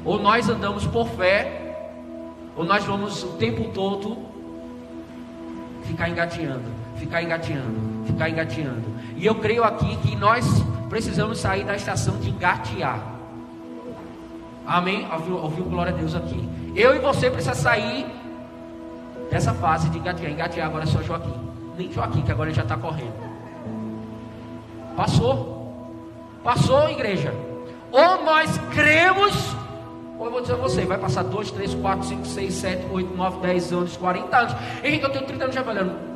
Ou nós andamos por fé, ou nós vamos o tempo todo ficar engateando. E eu creio aqui que nós precisamos sair da estação de engatear. Amém? Ouviu glória a Deus aqui. Eu e você precisamos sair dessa fase de engatear. Engatear agora é só Joaquim. Nem Joaquim, que agora ele já está correndo. Passou, igreja. Ou nós cremos, ou eu vou dizer a você, vai passar 2, 3, 4, 5, 6, 7, 8, 9, 10 anos, 40 anos. Henrique, eu tenho 30 anos já trabalhando.